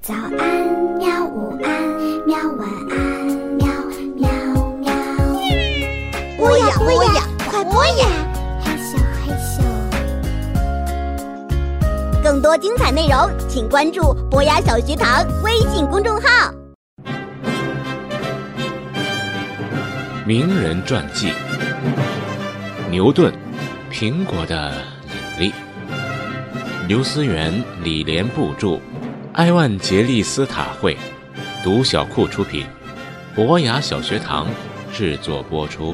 早安喵，午安喵，晚安喵喵喵。 播呀播呀，快播呀！ 害羞害羞。 更多精彩内容，请关注博雅小学堂微信公众号。 名人传记：牛顿，苹果的领力。刘思源、李连部著，埃万杰利斯塔会，读小库出品，博雅小学堂制作播出。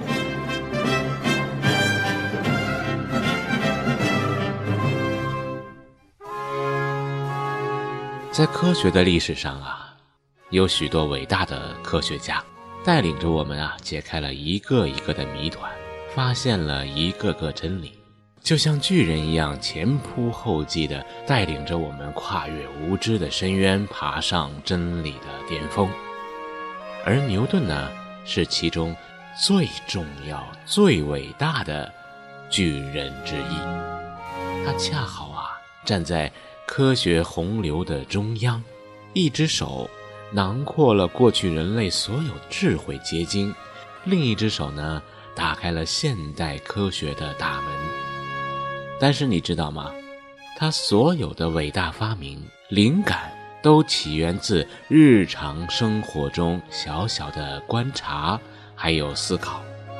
在科学的历史上啊，有许多伟大的科学家带领着我们啊，解开了一个一个的谜团，发现了一个个真理，就像巨人一样前仆后继地带领着我们跨越无知的深渊，爬上真理的巅峰。而牛顿呢，是其中最重要最伟大的巨人之一。他恰好啊，站在科学洪流的中央，一只手囊括了过去人类所有智慧结晶，另一只手呢，打开了现代科学的大门。但是你知道吗？他所有的伟大发明、灵感都起源自日常生活中小小的观察还有思考。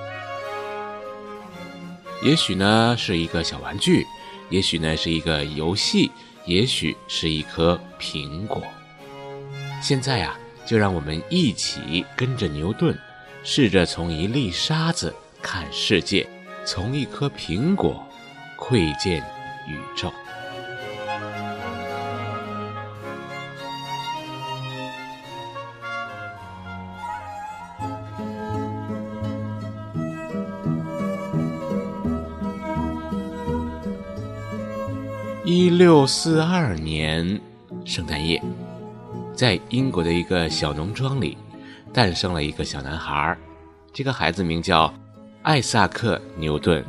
也许呢是一个小玩具，也许呢是一个游戏，也许是一颗苹果。现在啊，就让我们一起跟着牛顿，试着从一粒沙子看世界，从一颗苹果窥见宇宙。1642年圣诞夜，在英国的一个小农庄里诞生了一个小男孩，这个孩子名叫艾萨克·牛顿。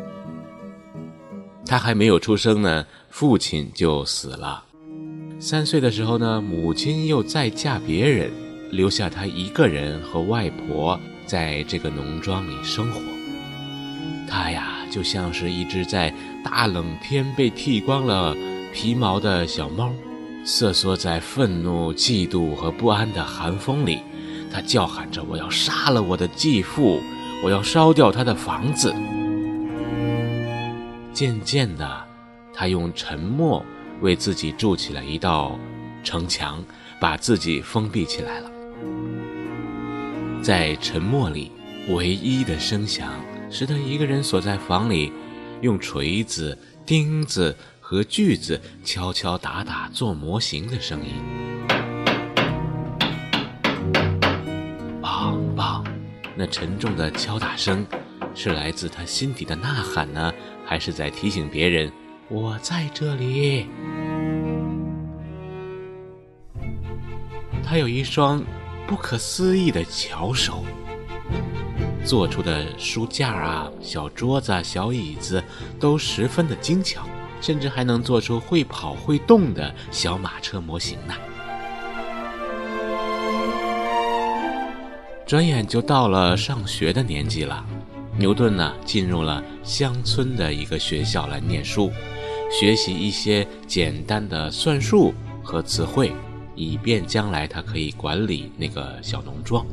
他还没有出生呢，父亲就死了。3岁的时候呢，母亲又再嫁别人，留下他一个人和外婆在这个农庄里生活。他呀，就像是一只在大冷天被剃光了皮毛的小猫，瑟缩在愤怒、嫉妒和不安的寒风里。他叫喊着，我要杀了我的继父，我要烧掉他的房子。渐渐的，他用沉默为自己筑起了一道城墙，把自己封闭起来了。在沉默里，唯一的声响使他一个人锁在房里，用锤子、钉子和锯子敲敲打打做模型的声音。梆梆，那沉重的敲打声是来自他心底的呐喊呢，还是在提醒别人我在这里？他有一双不可思议的巧手，做出的书架啊、小桌子啊、小椅子都十分的精巧，甚至还能做出会跑会动的小马车模型呢。转眼就到了上学的年纪了，牛顿呢，进入了乡村的一个学校来念书，学习一些简单的算术和词汇，以便将来他可以管理那个小农庄。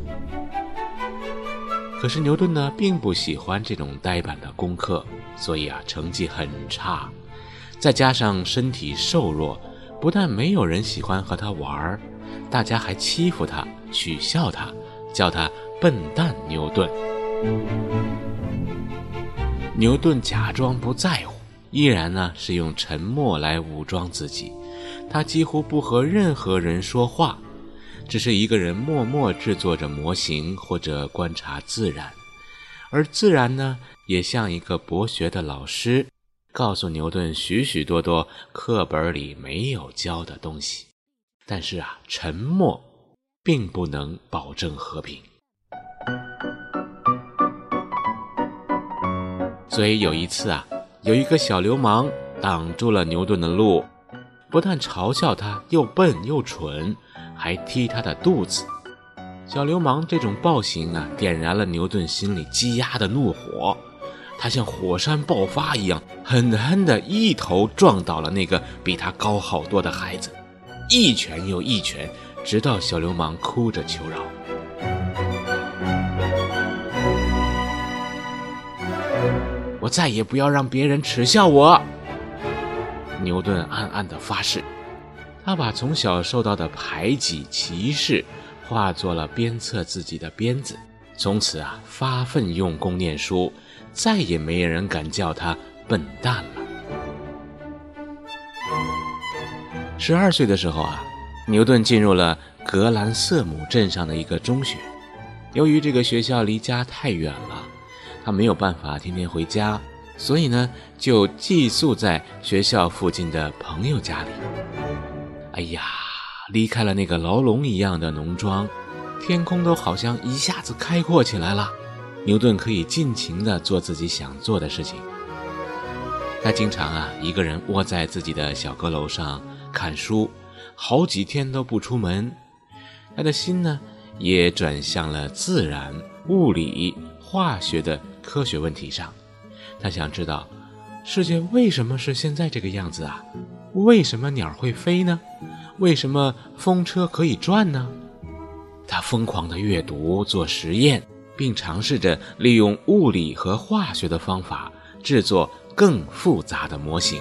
可是牛顿呢，并不喜欢这种呆板的功课，所以啊，成绩很差。再加上身体瘦弱，不但没有人喜欢和他玩，大家还欺负他、取笑他，叫他笨蛋牛顿。牛顿假装不在乎，依然呢是用沉默来武装自己。他几乎不和任何人说话，只是一个人默默制作着模型或者观察自然。而自然呢，也像一个博学的老师，告诉牛顿许许多多课本里没有教的东西。但是啊，沉默并不能保证和平。所以有一次啊，有一个小流氓挡住了牛顿的路， 不但嘲笑他又笨又蠢，还踢他的肚子。小流氓这种暴行啊，点燃了牛顿心里积压的怒火，他像火山爆发一样，狠狠地一头撞倒了那个比他高好多的孩子，一拳又一拳，直到小流氓哭着求饶。我再也不要让别人耻笑我，牛顿暗暗地发誓。他把从小受到的排挤歧视化作了鞭策自己的鞭子，从此啊发奋用功念书，再也没人敢叫他笨蛋了。12岁的时候啊，牛顿进入了格兰瑟姆镇上的一个中学。由于这个学校离家太远了，他没有办法天天回家，所以呢就寄宿在学校附近的朋友家里。哎呀，离开了那个牢笼一样的农庄，天空都好像一下子开阔起来了。牛顿可以尽情地做自己想做的事情。他经常啊一个人窝在自己的小阁楼上看书，好几天都不出门。他的心呢也转向了自然、物理、化学的科学问题上。他想知道世界为什么是现在这个样子啊？为什么鸟会飞呢？为什么风车可以转呢？他疯狂地阅读、做实验，并尝试着利用物理和化学的方法制作更复杂的模型。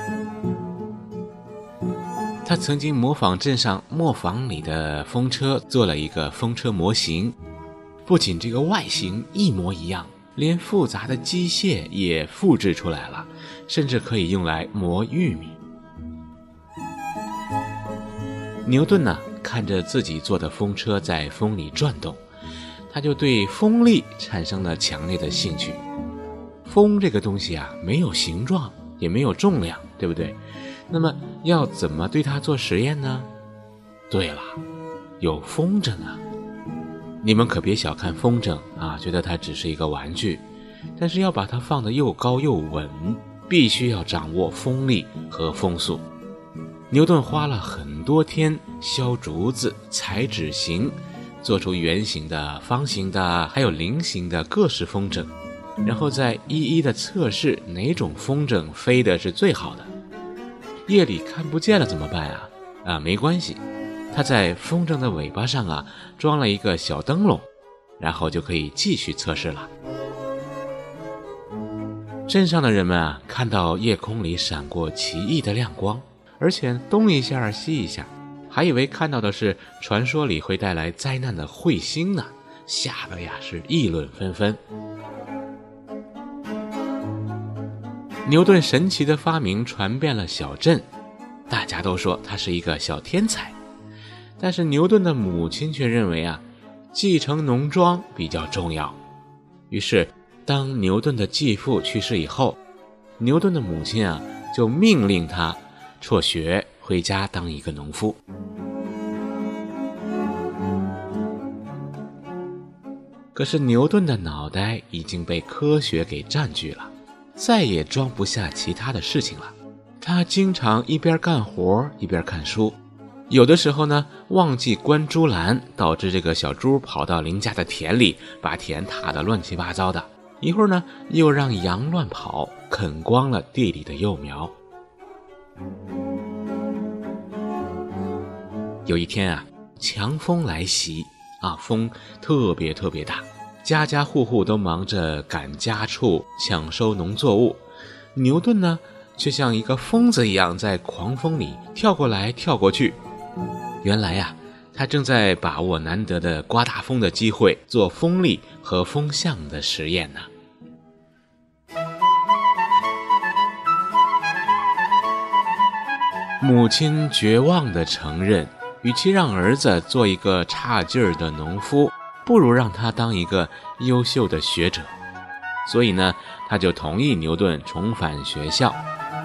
他曾经模仿镇上磨坊里的风车做了一个风车模型，不仅这个外形一模一样，连复杂的机械也复制出来了，甚至可以用来磨玉米。牛顿呢，看着自己做的风车在风里转动，他就对风力产生了强烈的兴趣。风这个东西啊，没有形状，也没有重量，对不对？那么要怎么对它做实验呢？对了，有风筝啊。你们可别小看风筝啊，觉得它只是一个玩具，但是要把它放得又高又稳，必须要掌握风力和风速。牛顿花了很多天削竹子、裁纸型，做出圆形的、方形的还有菱形的各式风筝，然后再一一的测试哪种风筝飞的是最好的。夜里看不见了怎么办啊？没关系，他在风筝的尾巴上啊装了一个小灯笼，然后就可以继续测试了。镇上的人们啊，看到夜空里闪过奇异的亮光，而且东一下西一下，还以为看到的是传说里会带来灾难的彗星呢，吓得呀是议论纷纷。牛顿神奇的发明传遍了小镇，大家都说他是一个小天才。但是牛顿的母亲却认为啊，继承农庄比较重要。于是当牛顿的继父去世以后，牛顿的母亲啊就命令他辍学回家当一个农夫。可是牛顿的脑袋已经被科学给占据了，再也装不下其他的事情了。他经常一边干活一边看书，有的时候呢忘记关猪栏，导致这个小猪跑到邻家的田里，把田踏得乱七八糟的。一会儿呢又让羊乱跑，啃光了地里的幼苗。有一天啊，强风来袭啊，风特别大，家家户户都忙着赶家畜、抢收农作物。牛顿呢却像一个疯子一样在狂风里跳过来跳过去。原来呀，他正在把握难得的刮大风的机会，做风力和风向的实验呢。母亲绝望地承认，与其让儿子做一个差劲儿的农夫，不如让他当一个优秀的学者。所以呢，他就同意牛顿重返学校。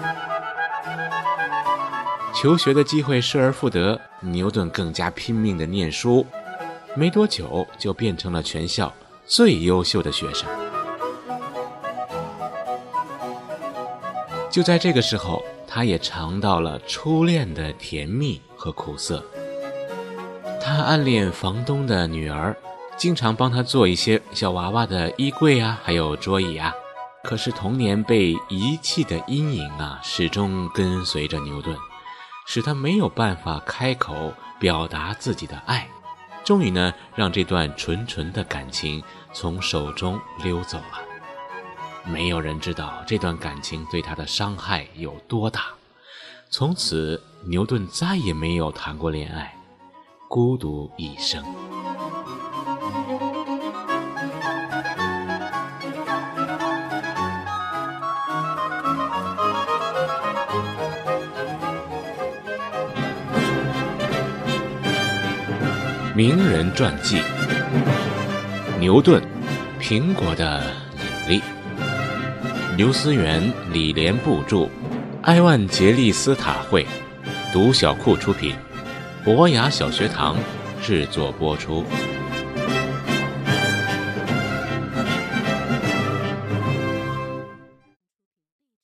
求学的机会失而复得，牛顿更加拼命地念书，没多久就变成了全校最优秀的学生。就在这个时候， 他也尝到了初恋的甜蜜和苦涩。他暗恋房东的女儿，经常帮他做一些小娃娃的衣柜啊，还有桌椅啊。可是童年被遗弃的阴影啊，始终跟随着牛顿，使他没有办法开口表达自己的爱。终于呢，让这段纯纯的感情从手中溜走了。没有人知道这段感情对他的伤害有多大。从此，牛顿再也没有谈过恋爱，孤独一生。名人传记：牛顿，苹果的引力。刘思源、李连部著，埃万杰利斯塔会，读小库出品，博雅小学堂制作播出。